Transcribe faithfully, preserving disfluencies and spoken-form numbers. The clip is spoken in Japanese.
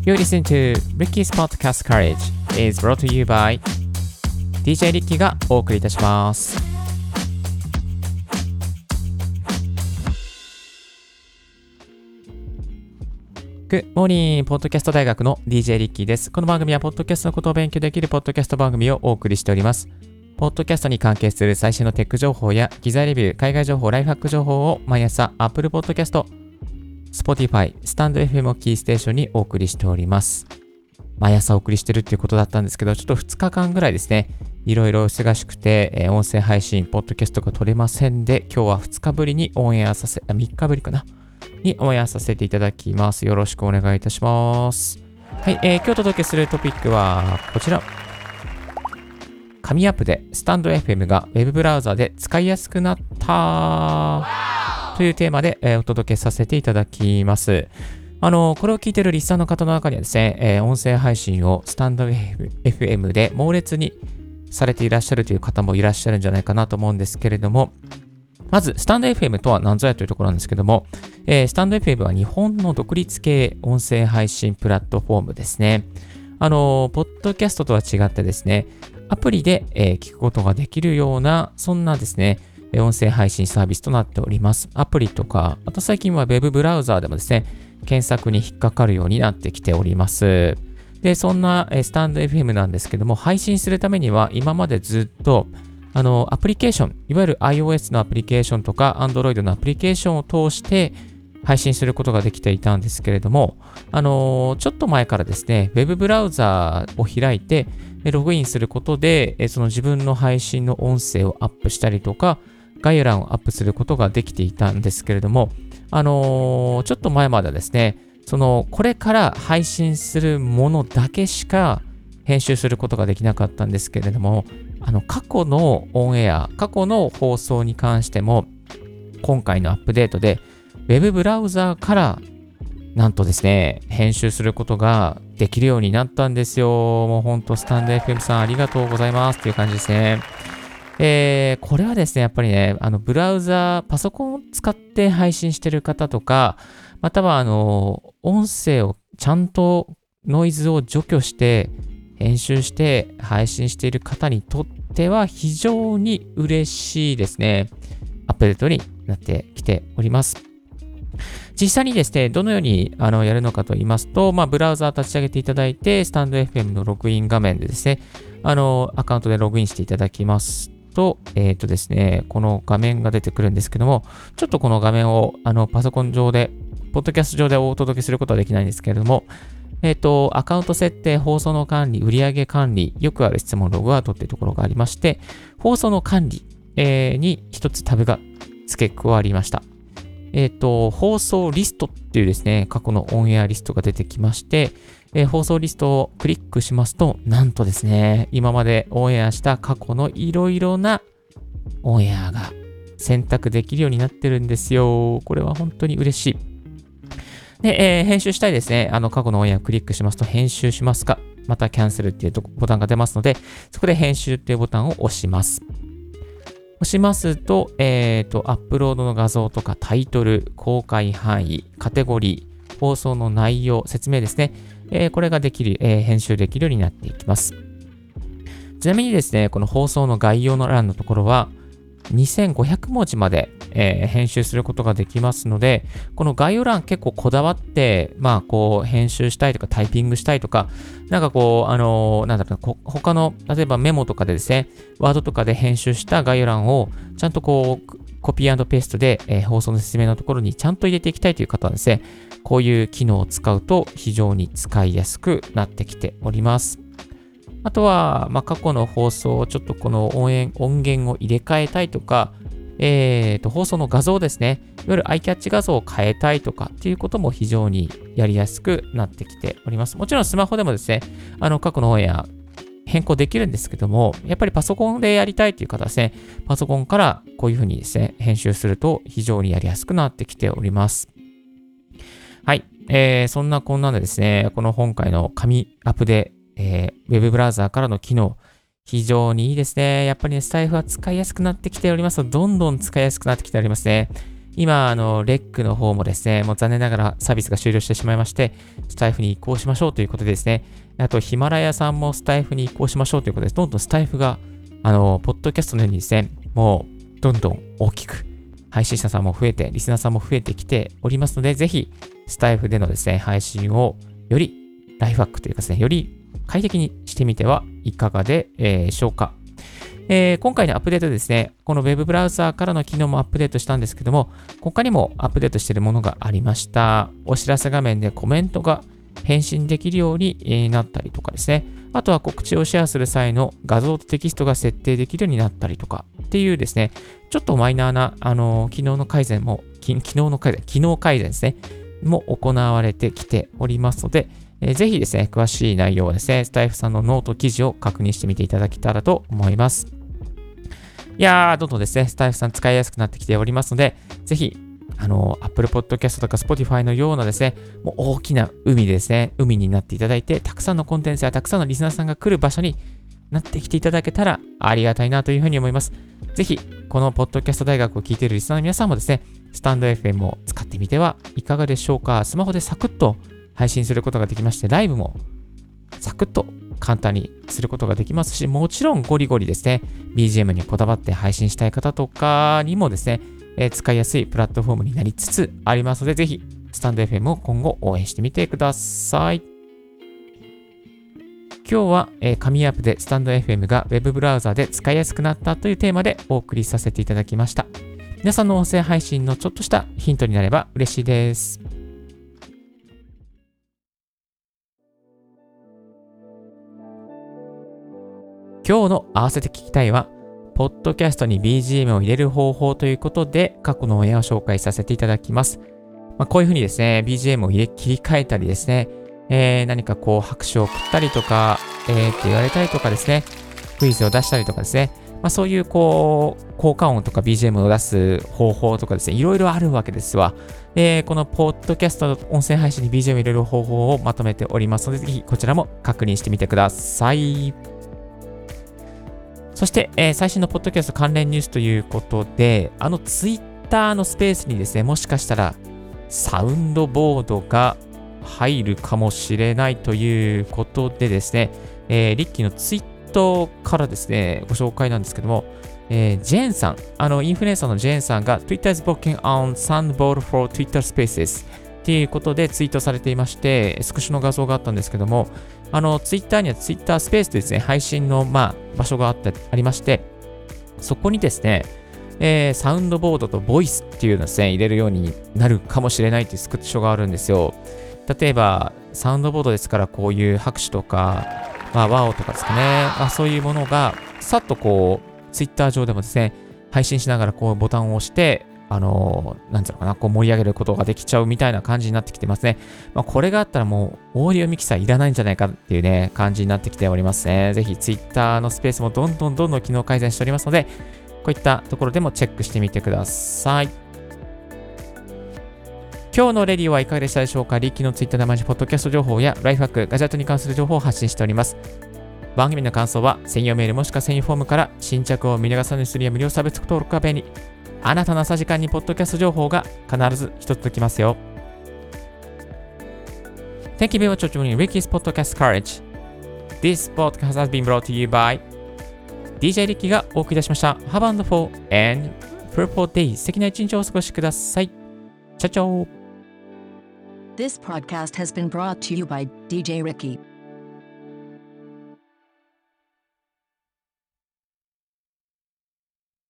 You listen to Ricky's Podcast Courage is brought to you by ディージェー リッキーがお送りいたします。Good morning! ポッドキャスト大学の ディージェー リッキーです。この番組はポッドキャストのことを勉強できるポッドキャスト番組をお送りしております。ポッドキャストに関係する最新のテック情報や機材レビュー、海外情報、ライフハック情報を毎朝 Apple Podcast、Spotify、Stand エフエム をキーステーションにお送りしております。毎朝お送りしてるっていうことだったんですけど、ちょっとふつかかんぐらいですね、いろいろ忙しくて、えー、音声配信、ポッドキャストが撮れませんで、今日はふつかぶりにオンエアさせ、あ、みっかぶりかなにオンエアさせていただきます。よろしくお願いいたします。はい、えー、今日お届けするトピックはこちら。紙アップでスタンド エフエム が Web ブラウザで使いやすくなったというテーマで、えー、お届けさせていただきます。あの、これを聞いているリスナーの方の中にはですね、えー、音声配信をスタンド エフエム で猛烈にされていらっしゃるという方もいらっしゃるんじゃないかなと思うんですけれども、まず、スタンド エフエム とは何ぞやというところなんですけども、えー、スタンド エフエム は日本の独立系音声配信プラットフォームですね。あの、ポッドキャストとは違ってですね、アプリで、えー、聞くことができるような、そんなですね、音声配信サービスとなっております。アプリとか、あと最近は Web ブラウザーでもですね、検索に引っかかるようになってきております。で、そんな、えー、スタンド エフエム なんですけども、配信するためには今までずっと、あの、アプリケーション、いわゆる iOS のアプリケーションとか Android のアプリケーションを通して配信することができていたんですけれども、あの、ちょっと前からですね、Web ブラウザを開いて、ログインすることで、その自分の配信の音声をアップしたりとか、概要欄をアップすることができていたんですけれども、あの、ちょっと前まではですね、その、これから配信するものだけしか編集することができなかったんですけれども、あの、過去のオンエア、過去の放送に関しても、今回のアップデートで、Web ブラウザーから、なんとですね、編集することができるようになったんですよ。もうほんと、スタンド エフエム さんありがとうございますっていう感じですね。えー、これはですね、やっぱりね、あの、ブラウザー、パソコンを使って配信してる方とか、または、あの、音声をちゃんとノイズを除去して、編集して配信している方にとっては非常に嬉しいですね。アップデートになってきております。実際にですね、どのようにあのやるのかと言いますと、まあ、ブラウザー立ち上げていただいて、スタンド エフエム のログイン画面でですね、あの、アカウントでログインしていただきますと、えっとですね、この画面が出てくるんですけども、ちょっとこの画面をあのパソコン上で、ポッドキャスト上でお届けすることはできないんですけれども、えっと、アカウント設定、放送の管理、売上管理、よくある質問ログアウトっていうところがありまして、放送の管理、えー、に一つタブが付け加わりました。えっと、放送リストっていうですね、過去のオンエアリストが出てきまして、えー、放送リストをクリックしますと、なんとですね、今までオンエアした過去のいろいろなオンエアが選択できるようになってるんですよ。これは本当に嬉しい。で、えー、編集したいですね。あの、過去のオンエアをクリックしますと、編集しますか、またキャンセルっていうボタンが出ますので、そこで編集っていうボタンを押します。押しますと、えっと、アップロードの画像とかタイトル、公開範囲、カテゴリー、放送の内容、説明ですね。えー、これができる、えー、編集できるようになっていきます。ちなみにですね、この放送の概要の欄のところは、にせんごひゃくもじまで、えー、編集することができますので、この概要欄結構こだわって、まあこう編集したいとかタイピングしたいとか、なんかこう、あのー、なんだろうな、他の、例えばメモとかでですね、ワードとかで編集した概要欄をちゃんとこう、コピー&ペーストで、えー、放送の説明のところにちゃんと入れていきたいという方はですね、こういう機能を使うと非常に使いやすくなってきております。あとは、まあ、過去の放送をちょっとこの音源音源を入れ替えたいとか、えーと、放送の画像ですね。いわゆるアイキャッチ画像を変えたいとかっていうことも非常にやりやすくなってきております。もちろんスマホでもですね、あの過去のオンエア変更できるんですけども、やっぱりパソコンでやりたいという方はですね、パソコンからこういうふうにですね、編集すると非常にやりやすくなってきております。はい。えー、そんなこんなでですね、この今回の紙アップで、えー、Web ブラウザーからの機能、非常にいいですね。やっぱりね、スタイフは使いやすくなってきておりますと、どんどん使いやすくなってきておりますね。 今、あの、レックの方もですね、もう残念ながらサービスが終了してしまいまして、スタイフに移行しましょうということでですね、あと、ヒマラヤさんもスタイフに移行しましょうということで、どんどんスタイフが、あの、ポッドキャストのようにですね、もう、どんどん大きく、配信者さんも増えて、リスナーさんも増えてきておりますので、ぜひ、スタイフでのですね、配信を、よりライフワークというかですね、より快適にしてみてはいかがでしょうか。えー、今回のアップデートですね、この Web ブラウザーからの機能もアップデートしたんですけども、他にもアップデートしているものがありました。お知らせ画面でコメントが返信できるようになったりとかですね、あとは告知をシェアする際の画像とテキストが設定できるようになったりとかっていうですね、ちょっとマイナーな、あのー、機能の改善も、機能の改善、機能改善ですね、も行われてきておりますので、えー、ぜひですね、詳しい内容はですね、スタイフさんのノート記事を確認してみていただけたらと思います。いやー、どんどんですね、スタイフさん使いやすくなってきておりますので、ぜひ、あの、Apple Podcast とか Spotify のようなですね、もう大きな海ですね、海になっていただいて、たくさんのコンテンツやたくさんのリスナーさんが来る場所になってきていただけたらありがたいなというふうに思います。ぜひ、このポッドキャスト大学を聞いているリスナーの皆さんもですね、スタンド エフエム を使ってみてはいかがでしょうか。スマホでサクッと配信することができまして、ライブもサクッと簡単にすることができますし、もちろんゴリゴリですね、ビージーエム にこだわって配信したい方とかにもですね、えー、使いやすいプラットフォームになりつつありますので、ぜひ、スタンド エフエム を今後応援してみてください。今日は、えー、紙アップでスタンド エフエム が Web ブラウザで使いやすくなったというテーマでお送りさせていただきました。皆さんの音声配信のちょっとしたヒントになれば嬉しいです。今日の合わせて聞きたいは、ポッドキャストに ビージーエム を入れる方法ということで、過去のオンエアを紹介させていただきます。まあ、こういうふうにですね、ビージーエム を入れ切り替えたりですね、えー、何かこう拍手を送ったりとか、えー、って言われたりとかですね、クイズを出したりとかですね、まあ、そういうこう、効果音とか ビージーエム を出す方法とかですね、いろいろあるわけですわ。で、このポッドキャストの音声配信に ビージーエム を入れる方法をまとめておりますので、ぜひこちらも確認してみてください。そして、えー、最新のポッドキャスト関連ニュースということで、あのツイッターのスペースにですね、もしかしたらサウンドボードが入るかもしれないということでですね、えー、リッキーのツイートからですね、ご紹介なんですけども、えー、ジェーンさん、あのインフルエンサーのジェーンさんが Twitter is working on Soundboard for Twitter Spaces っていうことでツイートされていまして、スクショの画像があったんですけども、あの、ツイッターにはツイッタースペースというですね、配信の、まあ、場所があって、ありまして、そこにですね、えー、サウンドボードとボイスっていうのをですね、入れるようになるかもしれないというスクショがあるんですよ。例えば、サウンドボードですから、こういう拍手とか、まあ、ワオとかですかね、まあ、そういうものが、さっとこう、ツイッター上でもですね、配信しながらこうボタンを押して、あのー、なんていうのかな、こう盛り上げることができちゃうみたいな感じになってきてますね。まあ、これがあったらもう、オーディオミキサーいらないんじゃないかっていうね、感じになってきておりますね。ぜひ、Twitter のスペースもどんどんどんどん機能改善しておりますので、こういったところでもチェックしてみてください。今日のレディはいかがでしたでしょうか。リッキーの Twitter で毎日ポッドキャスト情報やライフハック、ガジェットに関する情報を発信しております。番組の感想は専用メールもしくは専用フォームから新着を見逃さぬするや無料サービス登録が便利。あなたの朝時間にポッドキャスト情報が必ず一つ来ますよ。Thank you very much for joining Ricky's Podcast Courage. This podcast has been brought to you by ディージェー リッキーがお送りいたしました。Have a wonderful and fruitful day. 素敵な一日をお過ごしください。チャチャオ。 This podcast has been brought to you by ディージェー Ricky.